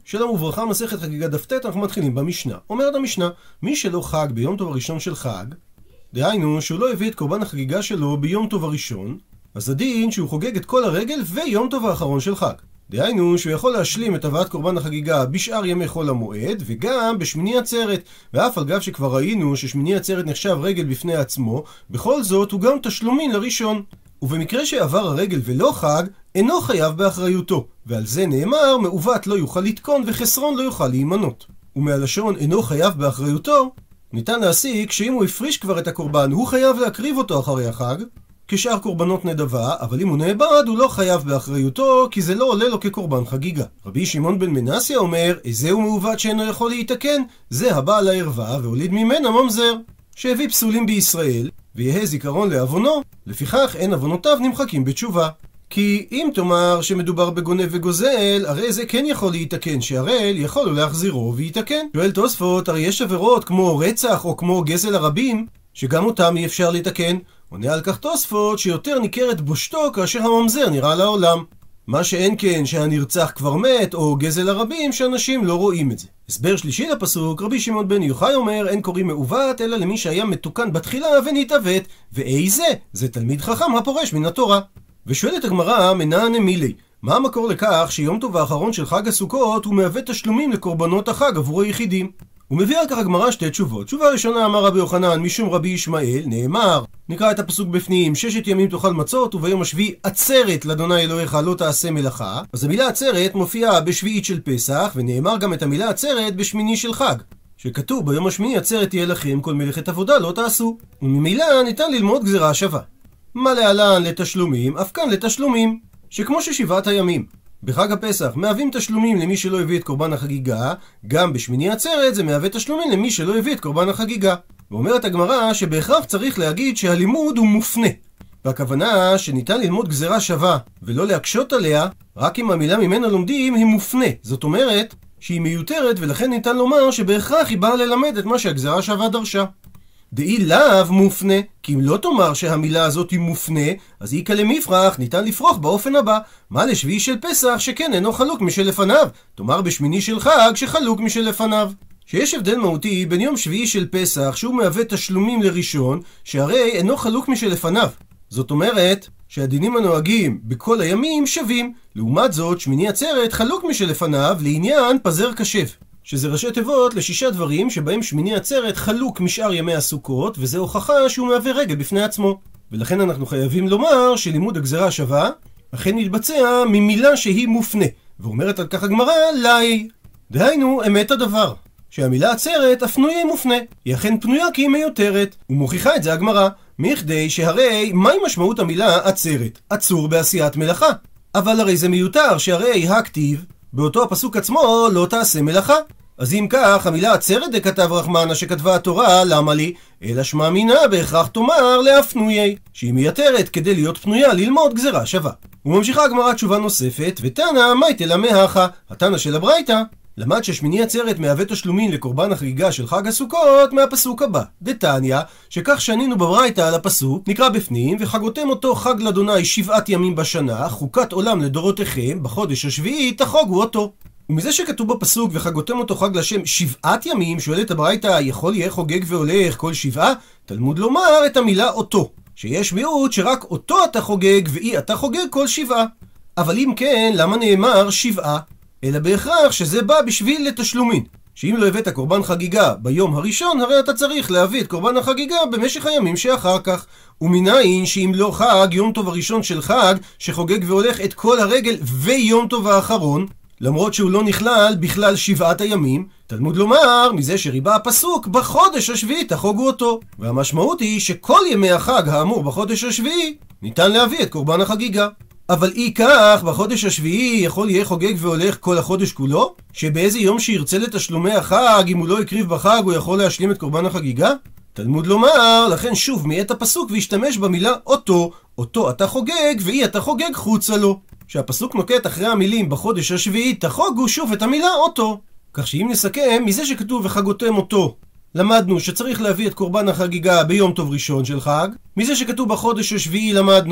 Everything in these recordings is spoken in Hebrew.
שלום וברכה, מסכת חגיגה דף ט', אנחנו מתחילים במשנה. אומרת המשנה, מי שלא חג ביום טוב הראשון של חג, דהיינו שהוא לא הביא את קורבן החגיגה שלו ביום טוב הראשון, אז הדין שהוא חוגג את כל הרגל ויום טוב האחרון של חג. דהיינו שהוא יכול להשלים את הבאת קורבן החגיגה בשאר ימי חול המועד וגם בשמיני עצרת, ואף על גב שכבר ראינו ששמיני עצרת נחשב רגל בפני עצמו, בכל זאת הוא גם תשלומין לראשון. ובמקרה שעבר הרגל ולא חג, אינו חייב באחריותו, ועל זה נאמר, מעוות לא יוכל לתקון וחסרון לא יוכל להימנות. ומהלשון אינו חייב באחריותו, ניתן להסיק שאם הוא הפריש כבר את הקורבן, הוא חייב להקריב אותו אחרי החג, כשאר קורבנות נדבה, אבל אם הוא נאבד, הוא לא חייב באחריותו, כי זה לא עולה לו כקורבן חגיגה. רבי שמעון בן מנסיה אומר, איזהו מעוות שאינו יכול להתקן? זה הבעל הערווה והוליד ממנה ממזר, שהביא פסולים בישראל, ויהיה זיכרון לעוונו, לפיכך אין עוונותיו נמחקים בתשובה. כי אם תאמר שמדובר בגונב וגוזל, הרי זה כן יכול להתקן, שהראל יכול לו להחזירו ויתקן. שואל תוספות, הרי יש עבירות כמו רצח או כמו גזל הרבים, שגם אותם אי אפשר לתקן. עונה על כך תוספות שיותר ניכרת בושתו כאשר הממזר נראה לעולם. מה שאין כן שהנרצח כבר מת, או גזל הרבים שאנשים לא רואים את זה. הסבר שלישי לפסוק, רבי שמעון בן יוחאי אומר, אין קוראים מעוות אלא למי שהיה מתוקן בתחילה ונתעוות, ואיזה? זה תלמיד חכם הפורש מן התורה. ושואלת הגמרא, מנענה מילי, מה המקור לכך שיום טוב האחרון של חג הסוכות הוא מהווה תשלומים לקורבנות החג עבור היחידים? הוא מביא על כך הגמרא שתי תשובות. תשובה ראשונה, אמר רבי יוחנן משום רבי ישמעאל, נאמר, נקרא את הפסוק בפנים, 6 ימים תאכל מצות וביום השביעי עצרת לאדוני אלוהיך לא תעשה מלאכה. אז המילה עצרת מופיעה בשביעית של פסח, ונאמר גם את המילה עצרת בשמיני של חג, שכתוב ביום השמיני עצרת תהיה לכם, כל מלאכת עבודה לא תעשו. וממילא ניתן ללמוד גזירה שווה. מה להלן לתשלומים, אף כאן לתשלומים, שכמו ששבעת הימים בחג הפסח מהווים תשלומים למי שלא הביא את קורבן החגיגה, גם בשמיני עצרת זה מהווה תשלומים למי שלא הביא את קורבן החגיגה. ואומרת הגמרא שבהכרח צריך להגיד שהלימוד הוא מופנה, והכוונה שניתן ללמוד גזירה שווה ולא להקשות עליה רק אם המילה ממנה לומדים היא מופנה, זאת אומרת שהיא מיותרת, ולכן ניתן לומר שבהכרח היא באה ללמד את מה שהגזירה שווה דרשה. דאי לאו מופנה, כי אם לא תאמר שהמילה הזאת היא מופנה, אז היא כלמפרח, ניתן לפרוח באופן הבא. מה לשביעי של פסח שכן אינו חלוק משלפניו? תאמר בשמיני של חג שחלוק משלפניו. שיש הבדל מהותי בין יום שביעי של פסח שהוא מהווה תשלומים לראשון, שהרי אינו חלוק משלפניו. זאת אומרת שהדינים הנוהגים בכל הימים שווים. לעומת זאת, שמיני עצרת חלוק משלפניו לעניין פזר קשב, שזה ראשי תיבות ל6 דברים שבהם שמיני עצרת חלוק משאר ימי הסוכות, וזה הוכחה שהוא מהווה רגל בפני עצמו. ולכן אנחנו חייבים לומר שלימוד הגזירה שווה אכן מתבצע ממילה שהיא מופנה. ואומרת על כך הגמרא, לאי. דהיינו, אמת הדבר, שהמילה עצרת אף פנויה מופנה. היא אכן פנויה כי היא מיותרת. ומוכיחה את זה הגמרא, מכדי שהרי מהי משמעות המילה עצרת? עצור בעשיית מלאכה. אבל הרי זה מיותר, שהרי הכתיב באותו הפסוק עצמו לא תעשה מלאכה. אז אם כך, המילה עצרת דכתב רחמנה שכתבה התורה, למה לי? אלא שמע מינה בהכרח תאמר להפנויי, שהיא מייתרת כדי להיות פנויה ללמוד גזירה שווה. וממשיכה הגמרא תשובה נוספת, ותנא מייטה למהכה, התנא של הברייתא למד ששמיני עצרת מהווה תשלומין לקורבן החגיגה של חג הסוכות מהפסוק הבא. דתניא, שכך שנינו בברייתא על הפסוק, נקרא בפנים, וחגותם אותו חג לאדוני 7 ימים בשנה, חוקת עולם לדורותיכם, בחודש השביעי תחוגו אותו. ומזה שכתוב בפסוק וחגותם אותו חג לשם 7 ימים, שואלת הברייתא, יכול יהיה חוגג והולך כל 7? תלמוד לומר את המילה אותו, שיש מיעוט שרק אותו אתה חוגג ואי אתה חוגג כל 7. אבל אם כן, למה נאמר 7? אלא בהכרח שזה בא בשביל לתשלומין, שאם לא הבאת קורבן חגיגה ביום הראשון, הרי אתה צריך להביא את קורבן החגיגה במשך הימים שאחר כך. ומנין שאם לא חג, יום טוב הראשון של חג שחוגג והולך את כל הרגל ויום טוב האחרון, למרות שהוא לא נכלל בכלל 7 הימים, תלמוד לומר מזה שריבה הפסוק בחודש השביעי תחוגו אותו. והמשמעות היא שכל ימי החג האמור בחודש השביעי ניתן להביא את קורבן החגיגה. אבל אי כך, בחודש השביעי יכול יהיה חוגג והולך כל החודש כולו? שבאיזה יום שירצה לתשלומי החג, אם הוא לא יקריב בחג, הוא יכול להשלים את קורבן החגיגה? תלמוד לומר, לכן שוב מיית הפסוק והשתמש במילה אותו, אותו אתה חוגג ואי אתה חוגג חוצה לו. שהפסוק נוקט אחרי המילים בחודש השביעי תחוגו שוב את המילה אותו. כך שאם נסכם, מזה שכתוב וחגותם אותו, למדנו שצריך להביא את קורבן החגיגה ביום טוב ראשון של חג. מזה שכתוב בחודש השביעי למדנו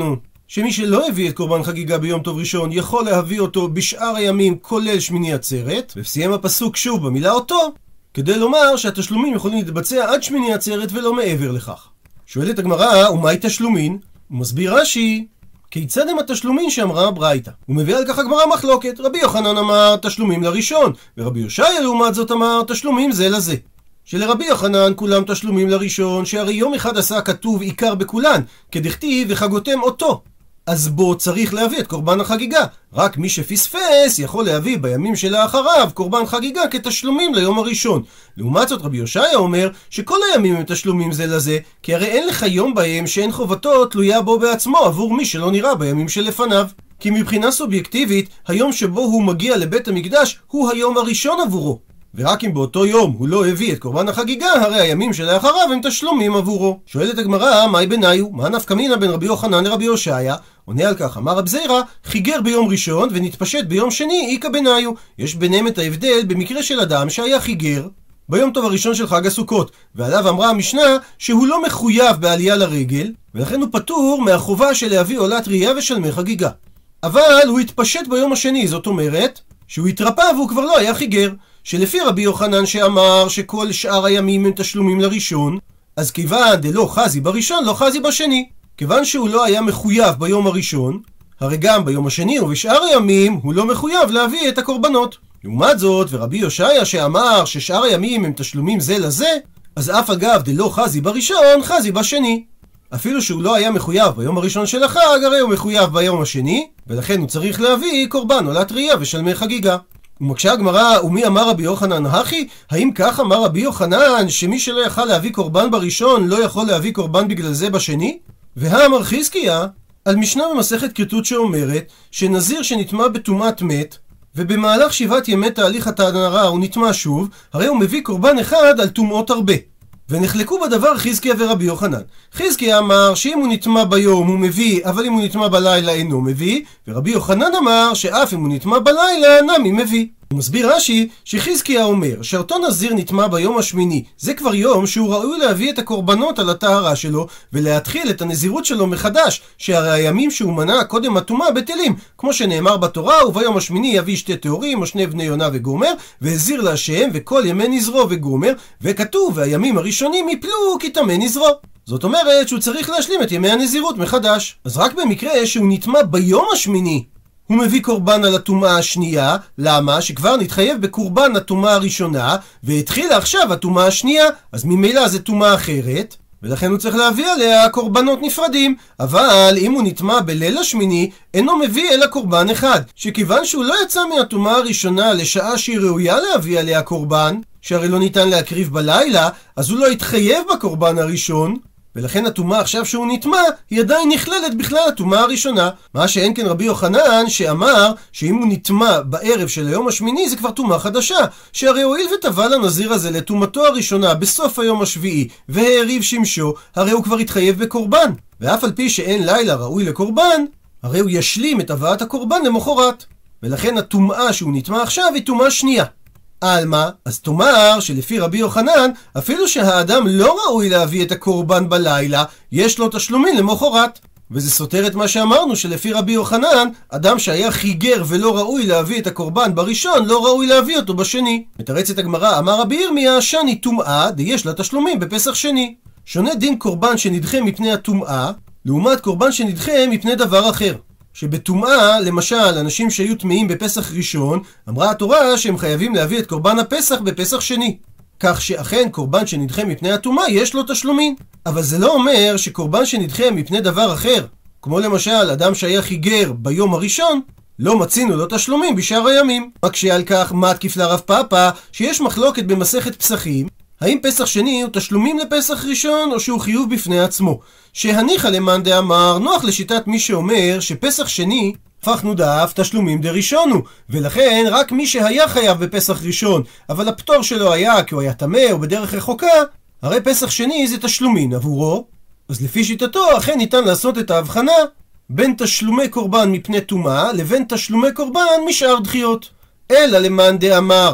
שמי שלא הביא את קורבן חגיגה ביום טוב ראשון יכול להביא אותו בשאר הימים כולל שמיני עצרת, וסיים הפסוק שוב במילה אותו, כדי לומר שהתשלומים יכולים להתבצע עד שמיני עצרת ולא מעבר לכך. שואלת הגמרא, ומהי תשלומין? הוא מסביר רש"י, כיצד הם התשלומין שאמרה הברייתא? הוא מביא על כך הגמרא מחלוקת. רבי יוחנן אמר תשלומים לראשון, ורבי יושעיה לעומת זאת אמר תשלומים זה לזה. שלרבי יוחנן כולם תשלומים לראשון, שהרי יום אחד עשה כתוב עיקר בכולן, כדכתיב וחגותם אותו. אז בו צריך להביא את קורבן החגיגה. רק מי שפספס יכול להביא בימים שלאחריו קורבן חגיגה כתשלומים ליום הראשון. לעומת זאת רבי יושעיה אומר שכל הימים הם תשלומים זה לזה, כי הרי אין לך יום בהם שאין חובתו תלויה בו בעצמו עבור מי שלא נראה בימים שלפניו. כי מבחינה סובייקטיבית, היום שבו הוא מגיע לבית המקדש הוא היום הראשון עבורו. ורק אם באותו יום הוא לא הביא את קורבן החגיגה, הרי הימים שלאחריו הם תשלומים עבורו. שואלת הגמרא, מהי ביניו? מה נפקא מינה בין רבי יוחנן לרבי יושעיה? עונה על כך, אמר רב זירא, חיגר ביום ראשון ונתפשט ביום שני, איכא ביניו. יש ביניהם את ההבדל במקרה של אדם שהיה חיגר ביום טוב הראשון של חג הסוכות, ועליו אמרה המשנה שהוא לא מחויב בעלייה לרגל, ולכן הוא פטור מהחובה של להביא עולת ראייה ושלמי חגיגה. אבל הוא התפשט ביום השני, זאת אומרת שהוא התרפא והוא כבר לא היה חיגר. שלפי רבי יוחנן שאמר שכל שאר הימים הם תשלומים לראשון, אז כיוון דלא חזי בראשון לא חזי בשני. כיוון שהוא לא היה מחויב ביום הראשון, הרי גם ביום השני ובשאר הימים הוא לא מחויב להביא את הקורבנות. לעומת זאת, ורבי יושעיה שאמר ששאר הימים הם תשלומים זה לזה, אז אף אגב דלא חזי בראשון חזי בשני. אפילו שהוא לא היה מחויב ביום הראשון של החג, הרי הוא מחויב ביום השני, ולכן הוא צריך להביא קורבן עולת ראייה ושלמי חגיגה. ומקשה הגמרא, ומי אמר רבי יוחנן הכי? האם כך אמר רבי יוחנן שמי שלא יכל להביא קורבן בראשון לא יכול להביא קורבן בגלל זה בשני? והאמר חזקיה על משנה במסכת כריתות שאומרת שנזיר שנטמא בטומאת מת ובמהלך 7 ימי תהליך הטהרה הוא נטמא שוב, הרי הוא מביא קורבן אחד על טומאות הרבה. ונחלקו בדבר חזקיה ורבי יוחנן. חזקיה אמר שאם הוא נטמא ביום הוא מביא, אבל אם הוא נטמא בלילה אינו מביא, ורבי יוחנן אמר שאף אם הוא נטמא בלילה נמי מביא. הוא מסביר רש"י שחזקיה אומר שאותו נזיר נטמא ביום השמיני, זה כבר יום שהוא ראוי להביא את הקורבנות על הטהרה שלו ולהתחיל את הנזירות שלו מחדש, שהרי הימים שהוא מנע קודם הטומאה בטלים, כמו שנאמר בתורה, וביום השמיני יביא 2 טהורים או 2 בני יונה וגומר, והזיר להשם וכל ימי נזרו וגומר, וכתוב והימים הראשונים יפלו כי טמא נזרו. זאת אומרת שהוא צריך להשלים את ימי הנזירות מחדש. אז רק במקרה שהוא נטמא ביום השמיני הוא מביא קורבן על הטומאה השנייה. למה? שכבר נתחייב בקורבן הטומאה הראשונה והתחילה עכשיו הטומאה השנייה, אז ממילא זה טומאה אחרת ולכן הוא צריך להביא עליה קורבנות נפרדים. אבל אם הוא נטמא בליל השמיני אינו מביא אלא קורבן אחד, שכיוון שהוא לא יצא מהטומאה הראשונה לשעה שהיא ראויה להביא עליה קורבן, שהרי לא ניתן להקריב בלילה, אז הוא לא יתחייב בקורבן הראשון, ולכן הטומאה עכשיו שהוא נטמא היא עדיין נכללת בכלל הטומאה הראשונה. מה שאין כן רבי יוחנן שאמר שאם הוא נטמא בערב של היום השמיני זה כבר טומאה חדשה, שהרי הואיל וטבע לנזיר הזה לטומאתו הראשונה בסוף היום השביעי והעריב שמשו, הרי הוא כבר התחייב בקורבן, ואף על פי שאין לילה ראוי לקורבן, הרי הוא ישלים את הבאת הקורבן למחרת, ולכן הטומאה שהוא נטמא עכשיו היא טומאה שנייה. אלמה, אז תאמר שלפי רבי יוחנן אפילו שהאדם לא ראוי להביא את הקורבן בלילה יש לו תשלומים למחרת, וזה סותר את מה שאמרנו שלפי רבי יוחנן אדם שהיה חיגר ולא ראוי להביא את הקורבן בראשון לא ראוי להביא אותו בשני. מתרצת הגמרא, אמר רבי ירמיה שני טומאה דיש לה תשלומים בפסח שני. שונה דין קורבן שנדחה מפני הטומאה לעומת קורבן שנדחה מפני דבר אחר. שבטומאה, למשל, אנשים שהיו טמאים בפסח ראשון, אמרה התורה שהם חייבים להביא את קורבן הפסח בפסח שני. כך שאכן קורבן שנדחה מפני הטומאה יש לו תשלומים. אבל זה לא אומר שקורבן שנדחה מפני דבר אחר, כמו למשל אדם שהיה חיגר ביום הראשון, לא מצינו לו תשלומים בשאר הימים. מקשה על כך מתקיף לרב פאפא שיש מחלוקת במסכת פסחים, האם פסח שני הוא תשלומים לפסח ראשון או שהוא חיוב בפני עצמו. שהניחא למאן דאמר, נוח לשיטת מי שאומר שפסח שני הפכנו דאף תשלומים דראשונו, ולכן רק מי שהיה חייב בפסח ראשון אבל הפטור שלו היה כי הוא היה טמא או בדרך רחוקה, הרי פסח שני זה תשלומים עבורו. אז לפי שיטתו אכן ניתן לעשות את ההבחנה בין תשלומי קורבן מפני טומאה לבין תשלומי קורבן משאר דחיות. אלא למאן דאמר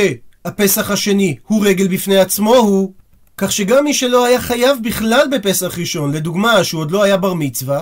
שהפסח השני הוא רגל בפני עצמו הוא, כך שגם מי שלא היה חייב בכלל בפסח ראשון, לדוגמה שהוא עוד לא היה בר מצווה,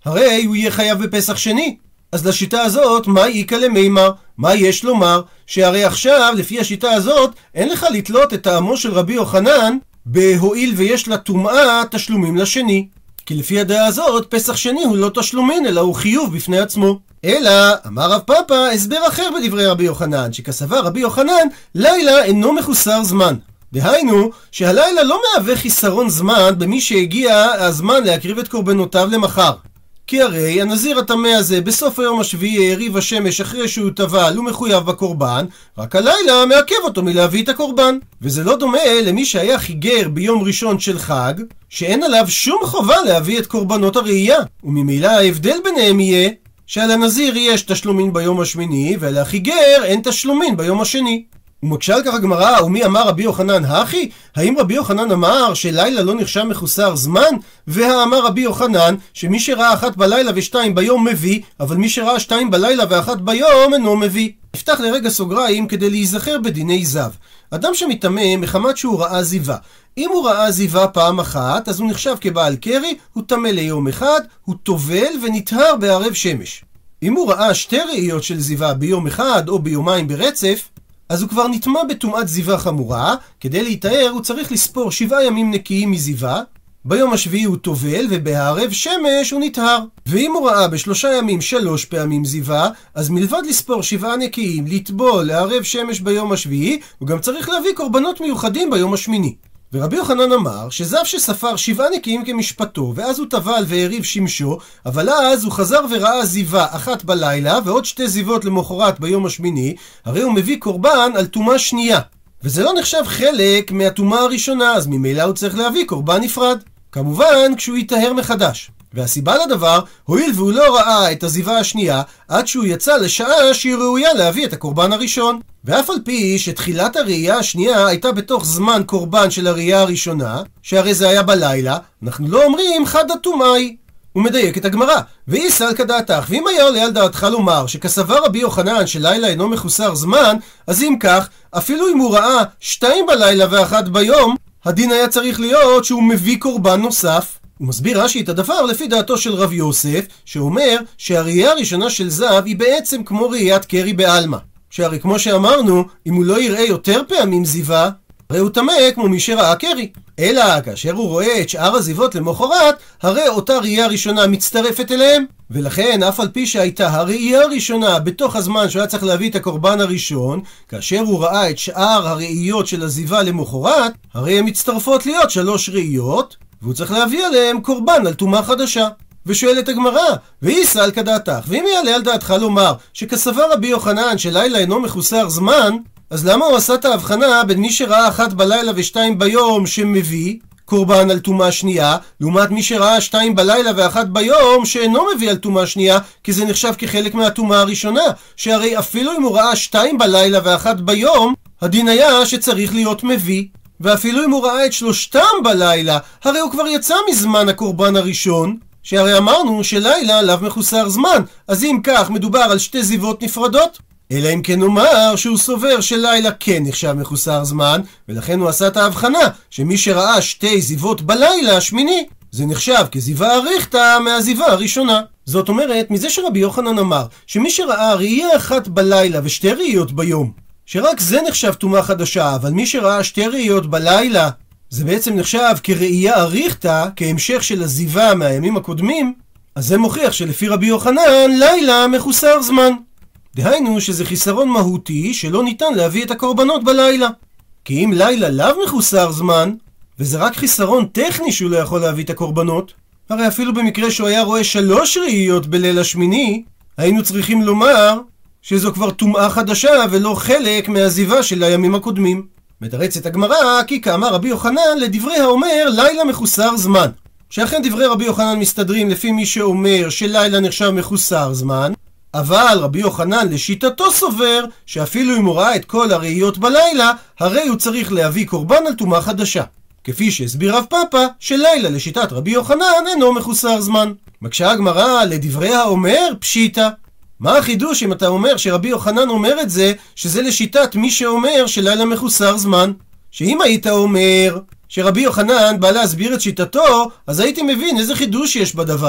הרי הוא יהיה חייב בפסח שני. אז לשיטה הזאת, מה איקא למימר? מה יש לומר? שהרי עכשיו, לפי השיטה הזאת, אין לך לתלות את טעמו של רבי יוחנן בהועיל ויש לה טומאה תשלומים לשני. כי לפי הדעה הזאת, פסח שני הוא לא תשלומין, אלא הוא חיוב בפני עצמו. אלא, אמר רב פאפא, הסבר אחר בדברי רבי יוחנן, שכסבר רבי יוחנן, לילה אינו מחוסר זמן. דהיינו, שהלילה לא מהווה חיסרון זמן במי שהגיע הזמן להקריב את קורבנותיו למחר. כי הרי הנזיר הטמא הזה בסוף היום השביעי העריב השמש אחרי שהוא טבל הוא מחויב בקורבן, רק הלילה מעכב אותו מלהביא את הקורבן. וזה לא דומה למי שהיה חיגר ביום ראשון של חג, שאין עליו שום חובה להביא את קורבנות הראייה, וממילא ההבדל ביניהם יהיה שעל הנזיר יש תשלומין ביום השמיני ועל החיגר אין תשלומין ביום השני. ומקשה על כך הגמרא, ומי אמר רבי יוחנן הכי? האם רבי יוחנן אמר שלילה לא נחשב מחוסר זמן? והאמר רבי יוחנן שמי שראה 1 בלילה ו2 ביום מביא, אבל מי שראה 2 בלילה ו1 ביום אינו מביא. נפתח לרגע סוגריים כדי להיזכר בדיני זב. אדם שמתאמן מחמת שהוא ראה זיווה. אם הוא ראה זיווה פעם אחת, אז הוא נחשב כבעל קרי, הוא טמא ליום אחד, הוא טובל ונטהר בערב שמש. אם הוא ראה 2 ראיות של זיווה ביום אחד או ביומיים ברצף, אז הוא כבר נטמא בטומאת זיווה חמורה. כדי להיטהר הוא צריך לספור 7 ימים נקיים מזיווה, ביום השביעי הוא טובל ובערב שמש הוא נטהר. ואם הוא ראה ב3 ימים 3 פעמים זיווה, אז מלבד לספור 7 נקיים, לטבול, לערב שמש ביום השביעי, הוא גם צריך להביא קורבנות מיוחדים ביום השמיני. ורבי יוחנן אמר שזב שספר 7 נקיים כמשפטו ואז הוא טבל והעריב שמשו, אבל אז הוא חזר וראה זיווה 1 בלילה ועוד 2 זיוות למחרת ביום השמיני, הרי הוא מביא קורבן על טומאה שנייה, וזה לא נחשב חלק מהטומאה הראשונה, אז ממילא הוא צריך להביא קורבן נפרד, כמובן כשהוא יטהר מחדש. והסיבה לדבר, הואיל והוא לא ראה את הזיווה השנייה עד שהוא יצא לשעה שהיא ראויה להביא את הקורבן הראשון. ואף על פי שתחילת הראייה השנייה הייתה בתוך זמן קורבן של הראייה הראשונה, שהרי זה היה בלילה, אנחנו לא אומרים חד הטומאי. הוא מדייק את הגמרא, ואיסל כדעתך, ואם היה עולה על דעתך לומר שכסבר רבי יוחנן שלילה אינו מחוסר זמן, אז אם כך, אפילו אם הוא ראה 2 בלילה ו1 ביום, הדין היה צריך להיות שהוא מביא קורבן נוסף. הוא מסביר רש"י את הדבר לפי דעתו של רב יוסף, שאומר שהראייה הראשונה של זב היא בעצם כמו ראיית קרי בעלמא. שהרי כמו שאמרנו, אם הוא לא יראה יותר פעמים זיווה, הרי הוא טמא כמו מי שראה קרי. אלא כאשר הוא רואה את שאר הזיוות למחרת, הרי אותה ראייה ראשונה מצטרפת אליהם. ולכן אף על פי שהייתה הראייה הראשונה בתוך הזמן שהוא היה צריך להביא את הקורבן הראשון, כאשר הוא ראה את שאר הראיות של הזיווה למחרת, הרי הן מצטרפות להיות 3 ראיות, והוא צריך להביא עליהם קורבן על טומאה חדשה. ושואלת הגמרא, ואיסל כדעתך, ואם יעלה על דעתך לומר שכסבר רבי יוחנן שלילה אינו מחוסר זמן, אז למה הוא עשה את ההבחנה בין מי שראה 1 בלילה ו2 ביום שמביא קורבן על טומאה שנייה, לעומת מי שראה 2 בלילה ו1 ביום שאינו מביא על טומאה שנייה, כי זה נחשב כחלק מהטומאה הראשונה, שהרי אפילו אם הוא ראה 2 בלילה ו1 ביום, הדין היה שצריך להיות מביא. ואפילו אם הוא ראה את 3 בלילה, הרי הוא כבר יצא מזמן הקורבן הראשון, שהרי אמרנו שלילה עליו מחוסר זמן, אז אם כך מדובר על 2 זיוות נפרדות. אלא אם כן נאמר שהוא סובר שלילה כן נחשב מחוסר זמן, ולכן הוא עשה את ההבחנה שמי שראה 2 זיוות בלילה השמיני, זה נחשב כזיווה אריכתא מהזיווה הראשונה. זאת אומרת, מזה שרבי יוחנן אמר שמי שראה ראייה 1 בלילה ו2 ראיות ביום, שרק זה נחשב טומאה חדשה, אבל מי שראה 2 ראיות בלילה זה בעצם נחשב כראייה אריכתא, כהמשך של הזיווה מהימים הקודמים, אז זה מוכיח שלפי רבי יוחנן לילה מחוסר זמן. דהיינו שזה חיסרון מהותי שלא ניתן להביא את הקורבנות בלילה. כי אם לילה לאו מחוסר זמן, וזה רק חיסרון טכני שהוא לא יכול להביא את הקורבנות, הרי אפילו במקרה שהוא היה רואה 3 ראיות בליל השמיני, היינו צריכים לומר שזו כבר טומאה חדשה ולא חלק מהזיווה של הימים הקודמים. מתרצת הגמרא כי כאמר רבי יוחנן לדברי האומר לילה מחוסר זמן, שאכן דברי רבי יוחנן מסתדרים לפי מי שאומר שלילה נחשב מחוסר זמן, אבל רבי יוחנן לשיטתו סובר שאפילו אם הוא ראה את כל הראיות בלילה, הרי הוא צריך להביא קורבן על טומאה חדשה, כפי שהסביר רב פאפא שלילה לשיטת רבי יוחנן אינו מחוסר זמן. מקשה הגמרא לדברי האומר פשיטא. מה החידוש אם אתה אומר שרבי יוחנן אומר את זה, שזה לשיטת מי שאומר שלילה מחוסר זמן? שאם היית אומר שרבי יוחנן בא להסביר את שיטתו, אז הייתי מבין איזה חידוש יש בדבר.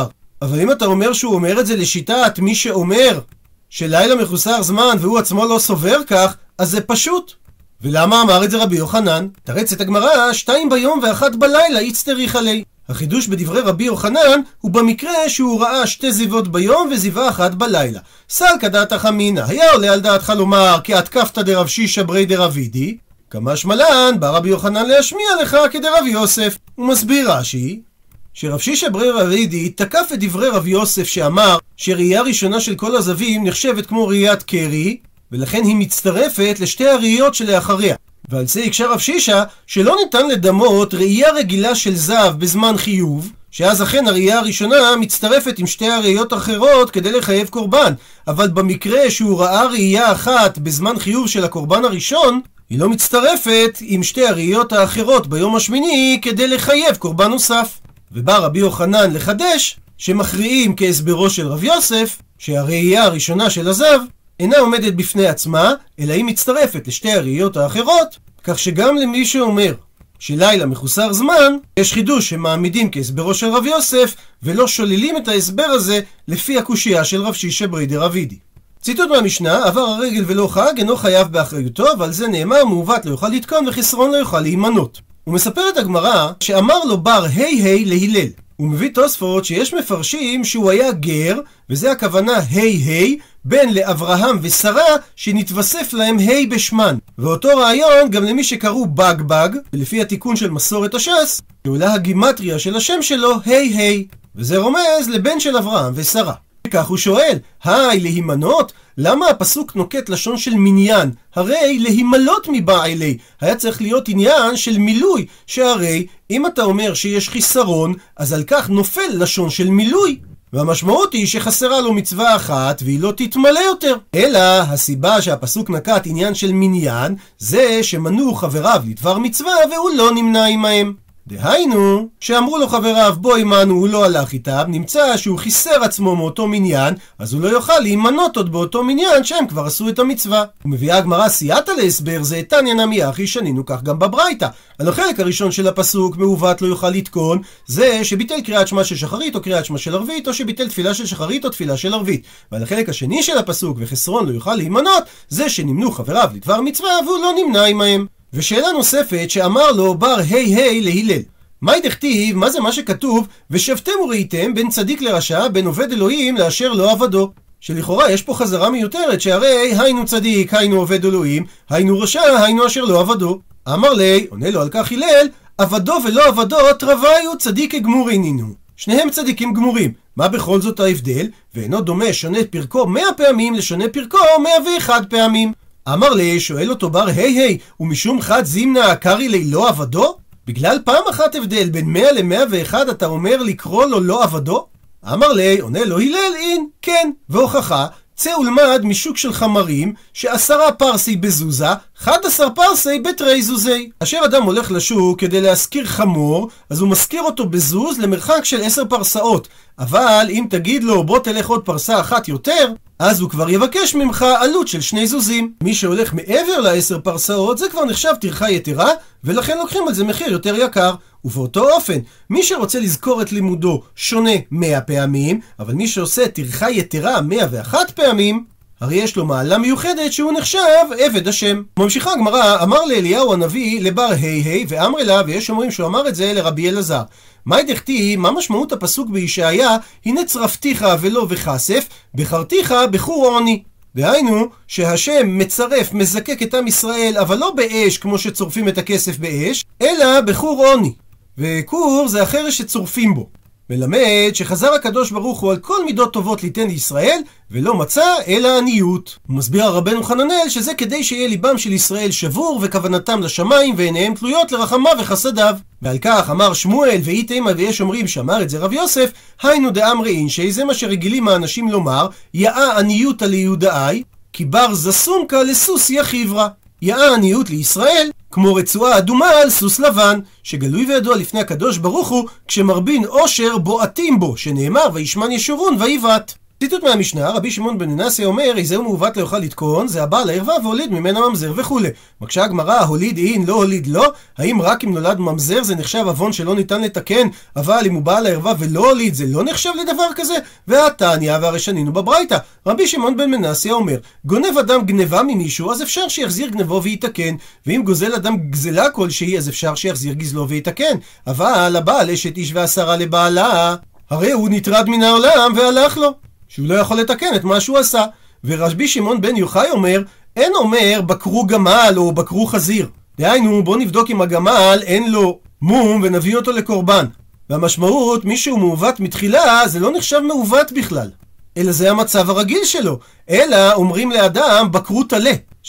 אבל אם אתה אומר שהוא אומר את זה לשיטת מי שאומר שלילה מחוסר זמן והוא עצמו לא סובר כך, אז זה פשוט. ולמה אמר את זה רבי יוחנן? תרץ את הגמרא, 2 ביום ו1 בלילה יצטריך עלי. החידוש בדברי רבי יוחנן הוא במקרה שהוא ראה 2 זיוות ביום וזיווה 1 בלילה. סלקא דעתך אמינא, היה עולה על דעתך לומר כי התקפתא דרב שישא ברי דרבידי, כמשמע לן בא רבי יוחנן להשמיע לך כדרב יוסף. הוא מסביר רש"י שרב שישא ברי דרבידי תקף את דברי רב יוסף שאמר שראייה ראשונה של כל הזווים נחשבת כמו ראיית קרי, ולכן היא מצטרפת לשתי הראיות שלאחריה. ועל זה יקשה רב שישא שלא ניתן לדמות ראייה רגילה של זב בזמן חיוב, שאז אכן הראייה הראשונה מצטרפת עם שתי הראיות האחרות כדי לחייב קורבן, אבל במקרה שהוא ראה ראייה אחת בזמן חיוב של הקורבן הראשון, היא לא מצטרפת עם שתי הראיות האחרות ביום השמיני כדי לחייב קורבן נוסף. ובא רבי יוחנן לחדש שמכריעים כהסברו של רב יוסף שהראייה הראשונה של הזב אינה עומדת בפני עצמה, אלא היא מצטרפת לשתי הראיות האחרות, כך שגם למי שאומר שלילה מחוסר זמן, יש חידוש שמעמידים כהסברו של רב יוסף, ולא שוללים את ההסבר הזה לפי הקושייה של רב שישא ברי דרבידי. ציטוט מהמשנה, עבר הרגל ולא חג, אינו חייב באחריותו, ועל זה נאמר, מעוות לא יוכל לתקון וחסרון לא יוכל להימנות. הוא מספר את הגמרא שאמר לו בר היי להילל. הוא מביא תוספות שיש מפרשים שהוא היה גר, וזה הכוונה היי, בן לאברהם ושרה שנתווסף להם היי בשמן. ואותו רעיון גם למי שקראו בג, ולפי התיקון של מסורת הש"ס, שעולה הגימטריה של השם שלו היי, וזה רומז לבן של אברהם ושרה. וכך הוא שואל, היי להימנות? למה הפסוק נוקט לשון של מניין? הרי להימלות מבעלי, היה צריך להיות עניין של מילוי, שהרי אם אתה אומר שיש חיסרון, אז על כך נופל לשון של מילוי. והמשמעות היא שחסרה לו מצווה אחת והיא לא תתמלא יותר. אלא הסיבה שהפסוק נקט עניין של מניין זה שמנעו חבריו לדבר מצווה והוא לא נמנע עמהם. דהיינו, שאמרו לו חבריו בוא עמנו, הוא לא הלך איתם, נמצא שהוא חיסר עצמו מאותו מניין, אז הוא לא יוכל להימנות עוד באותו מניין שהם כבר עשו את המצווה. ומביאה הגמרא סייעתא להסבר זה תניא נמי אחי, שנינו כך גם בברייתא. על החלק הראשון של הפסוק מעוות לא יוכל לתקון, זה שביטל קריאת שמע של שחרית או קריאת שמע של ערבית, או שביטל תפילה של שחרית או תפילה של ערבית. ועל החלק השני של הפסוק וחסרון לא יוכל להימנות, זה שנמנו חבריו לדבר מצווה והוא לא נמנע עמהם. ושאלה נוספת שאמר לו בר היי להילל, מהי דכתיב, מה זה מה שכתוב ושבתם וראיתם בין צדיק לרשע, בין עובד אלוהים לאשר לא עבדו? שלכאורה יש פה חזרה מיותרת, שהרי היינו צדיק, היינו עובד אלוהים, היינו רשע, היינו אשר לא עבדו. אמר לי, עונה לו על כך הלל, עבדו ולא עבדו תרוויו צדיק גמורי נינו. שניהם צדיקים גמורים. מה בכל זאת ההבדל? ואינו דומה שונה פרקו 100 פעמים לשונה פרקו 101 פעמים. אמר לי, שואל אותו בר היי, ומשום חד זימנה קרי לי לא עבדו? בגלל פעם אחת הבדל בין 100 ל-101 אתה אומר לקרוא לו לא עבדו? אמר לי, עונה לו הלל אין, כן, והוכחה, צא ולמד משוק של חמרים, ש10 פרסי בזוזה, 11 פרסי בתרי זוזי. אשר אדם הולך לשוק כדי להשכיר חמור, אז הוא משכיר אותו בזוז למרחק של 10 פרסאות. אבל אם תגיד לו בוא תלך עוד פרסה אחת יותר, אז הוא כבר יבקש ממך עלות של 2 זוזים. מי שהולך מעבר ל10 פרסאות זה כבר נחשב טרחה יתרה, ולכן לוקחים על זה מחיר יותר יקר. ובאותו אופן, מי שרוצה לזכור את לימודו שונה 100 פעמים, אבל מי שעושה טרחה יתרה 101 פעמים, הרי יש לו מעלה מיוחדת שהוא נחשב עבד השם. ממשיכה הגמרא, אמר לאליהו הנביא לבר היי, ואמר לה, ויש אומרים שהוא אמר את זה לרבי אלעזר. מהי דכתיב, מה משמעות הפסוק בישעיה, הנה צרפתיך ולא וכסף, בחרתיך בחור עוני. דהיינו, שהשם מצרף, מזקק את עם ישראל, אבל לא באש כמו שצורפים את הכסף באש, אלא בחור עוני. וכור זה החרש שצורפים בו. מלמד שחזר הקדוש ברוך הוא על כל מידות טובות ליתן לישראל, ולא מצא אלא עניות. הוא מסביר הרבנו חננאל שזה כדי שיהיה ליבם של ישראל שבור, וכוונתם לשמיים ועיניהם תלויות לרחמיו וחסדיו. ועל כך אמר שמואל ואיתמה, ויש אומרים שאמר את זה רב יוסף, היינו דאמרי אינשי, זה מה שרגילים האנשים לומר, יאה עניותא ליהודאי, כי בר זסומקה לסוסיה חברה. יאה עניות לישראל, כמו רצועה אדומה על סוס לבן, שגלוי וידוע לפני הקדוש ברוך הוא, כשמרבין עושר בועטים בו, שנאמר וישמן ישורון ויבעט. ציטוט מהמשנה, רבי שמעון בן מנסיה אומר, איזהו מעוות לא יוכל לתקון, זה הבעל הערווה והוליד ממנה ממזר וכו'. מקשה הגמרא, הוליד אין, לא הוליד לא? האם רק אם נולד ממזר זה נחשב עוון שלא ניתן לתקן, אבל אם הוא בעל הערווה ולא הוליד זה לא נחשב לדבר כזה? והתניא, והרי שנינו בברייתא, רבי שמעון בן מנסיה אומר, גונב אדם גנבה ממישהו, אז אפשר שיחזיר גנבו ויתקן, ואם גוזל אדם גזלה כלשהי, אז אפשר שיחזיר גזלו ויתקן. אבל הבעל אשת איש ועשרה לבעלה, הרי הוא נטרד מן העולם והלך לו, שהוא לא יכול לתקן את מה שהוא עשה. ורבי שמעון בן יוחאי אומר, אין אומר בקרו גמל או בקרו חזיר. דהיינו, בוא נבדוק אם הגמל אין לו מום ונביא אותו לקורבן. והמשמעות, מי שהוא מעוות מתחילה, זה לא נחשב מעוות בכלל, אלא זה המצב הרגיל שלו. אלא אומרים לאדם בקרו תלה,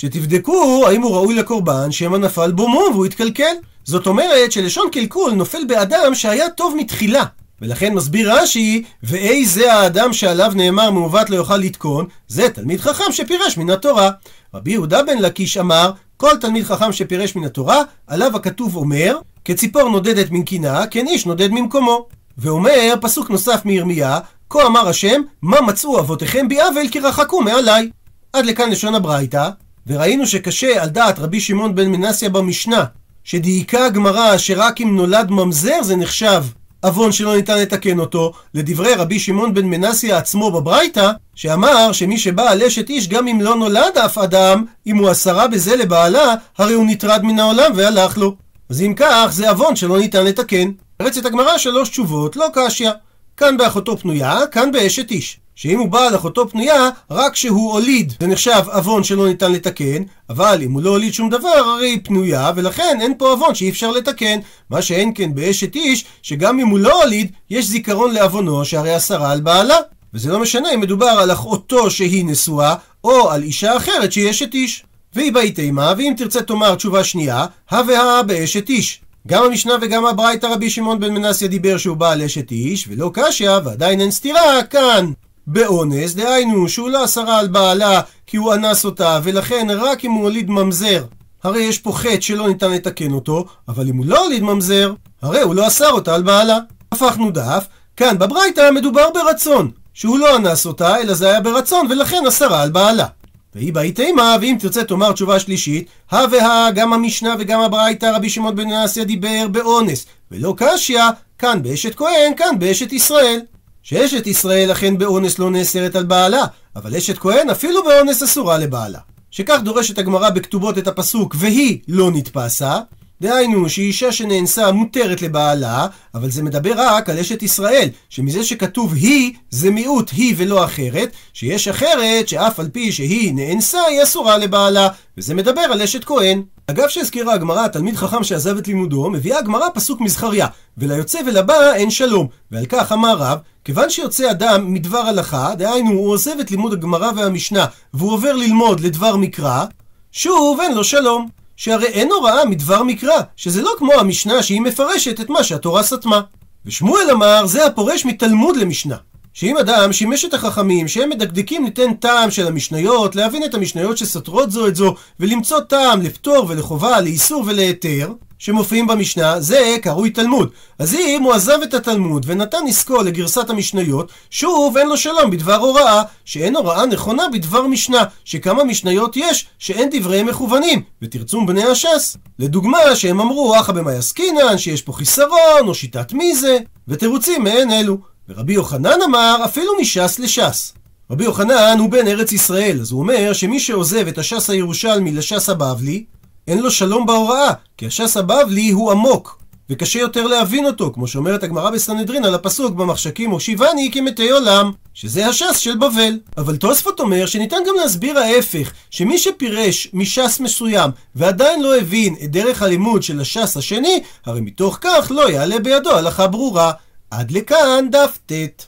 שתבדקו האם הוא ראוי לקורבן, שמא נפל בו מום והוא התקלקל. זאת אומרת שלשון קלקול נופל באדם שהיה טוב מתחילה. ולכן מסביר רש"י, ואי זה האדם שעליו נאמר מעוות לא יוכל לתקון, זה תלמיד חכם שפירש מן התורה. רבי יהודה בן לקיש אמר, כל תלמיד חכם שפירש מן התורה, עליו הכתוב אומר, כציפור נודדת מנקינה, כן איש נודד ממקומו. ואומר פסוק נוסף מירמיה, כה אמר השם, מה מצאו אבותיכם בעוול כי רחקו מעליי. עד לכאן לשון הברייתא, וראינו שקשה על דעת רבי שמעון בן מנסיה במשנה, שדייקה הגמרא שרק אם נולד ממזר זה נחשב עוון שלא ניתן לתקן אותו, לדברי רבי שמעון בן מנסיה עצמו בברייתא, שאמר שמי שבא על אשת איש גם אם לא נולד אף אדם, אם הוא עשרה בזה לבעלה, הרי הוא נטרד מן העולם והלך לו. אז אם כך, זה עוון שלא ניתן לתקן. רצת הגמרא 3 תשובות, לא קשיא. כאן באחותו פנויה, כאן באשת איש. שאם הוא בא על אחותו פנויה, רק כשהוא הוליד זה נחשב עוון שלא ניתן לתקן, אבל אם הוא לא הוליד שום דבר, הרי היא פנויה, ולכן אין פה עוון שאי אפשר לתקן. מה שאין כן באשת איש, שגם אם הוא לא הוליד, יש זיכרון לעוונו שהרי עשרה על בעלה. וזה לא משנה אם מדובר על אחותו שהיא נשואה, או על אישה אחרת שהיא אשת איש. והיא בהתאמה, ואם תרצה תאמר תשובה שנייה, הווה באשת איש. גם המשנה וגם הברייתא רבי שמעון בן מנסיה דיבר שהוא בא על אשת איש, ולא קשיא, ועדיין אין סתירה כאן. באונס, דהיינו שהוא לא עשרה על בעלה כי הוא אנס אותה, ולכן רק אם הוא הוליד ממזר, הרי יש פה חטא שלא ניתן לתקן אותו, אבל אם הוא לא הוליד ממזר, הרי הוא לא אסר אותה על בעלה. הפכנו דף, כאן בברייתא מדובר ברצון, שהוא לא אנס אותה, אלא זה היה ברצון, ולכן אסרה על בעלה. והיא בהתאמה, ואם תרצה תאמר תשובה שלישית, הווה גם המשנה וגם הברייתא רבי שמעון בן מנסיה דיבר באונס, ולא קשיא, כאן באשת כהן, כאן באשת ישראל. שאשת ישראל אכן באונס לא נאסרת על בעלה, אבל אשת כהן אפילו באונס אסורה לבעלה. שכך דורשת הגמרא בכתובות את הפסוק והיא לא נתפסה, דהיינו שאישה שנאנסה מותרת לבעלה, אבל זה מדבר רק על אשת ישראל, שמזה שכתוב היא זה מיעוט היא ולא אחרת, שיש אחרת שאף על פי שהיא נאנסה היא אסורה לבעלה, וזה מדבר על אשת כהן. אגב שהזכירה הגמרא תלמיד חכם שעזב את לימודו, מביאה הגמרא פסוק מזכריה, וליוצא ולבא אין שלום, ועל כך אמר רב, כיוון שיוצא אדם מדבר הלכה, דהיינו הוא עוזב את לימוד הגמרא והמשנה והוא עובר ללמוד לדבר מקרא, שוב אין לו שלום. שהרי אין הוראה מדבר מקרא, שזה לא כמו המשנה שהיא מפרשת את מה שהתורה סתמה. ושמואל אמר זה הפורש מתלמוד למשנה, שאם אדם שימש את החכמים שהם מדקדקים ניתן טעם של המשניות, להבין את המשניות שסותרות זו את זו, ולמצוא טעם לפטור ולחובה, לאיסור ולהיתר שמופיעים במשנה, זה קרוי תלמוד. אז אם הוא עזב את התלמוד ונתן עסקו לגרסת המשניות, שוב אין לו שלום בדבר הוראה, שאין הוראה נכונה בדבר משנה, שכמה משניות יש שאין דבריהם מכוונים, ותרצום בני הש"ס. לדוגמה שהם אמרו אחא במאי עסקינן, שיש פה חיסרון או שיטת מי זה, ותירוצים מהן אלו. ורבי יוחנן אמר אפילו מש"ס לש"ס. רבי יוחנן הוא בן ארץ ישראל, אז הוא אומר שמי שעוזב את הש"ס הירושלמי לש"ס הבבלי, אין לו שלום בהוראה, כי הש"ס הבבלי הוא עמוק, וקשה יותר להבין אותו, כמו שאומרת הגמרא בסנהדרין על הפסוק במחשכים הושיבני כמתי עולם, שזה הש"ס של בבל. אבל תוספות אומר שניתן גם להסביר ההפך, שמי שפירש מש"ס מסוים ועדיין לא הבין את דרך הלימוד של הש"ס השני, הרי מתוך כך לא יעלה בידו הלכה ברורה. עד לכאן דף ט'.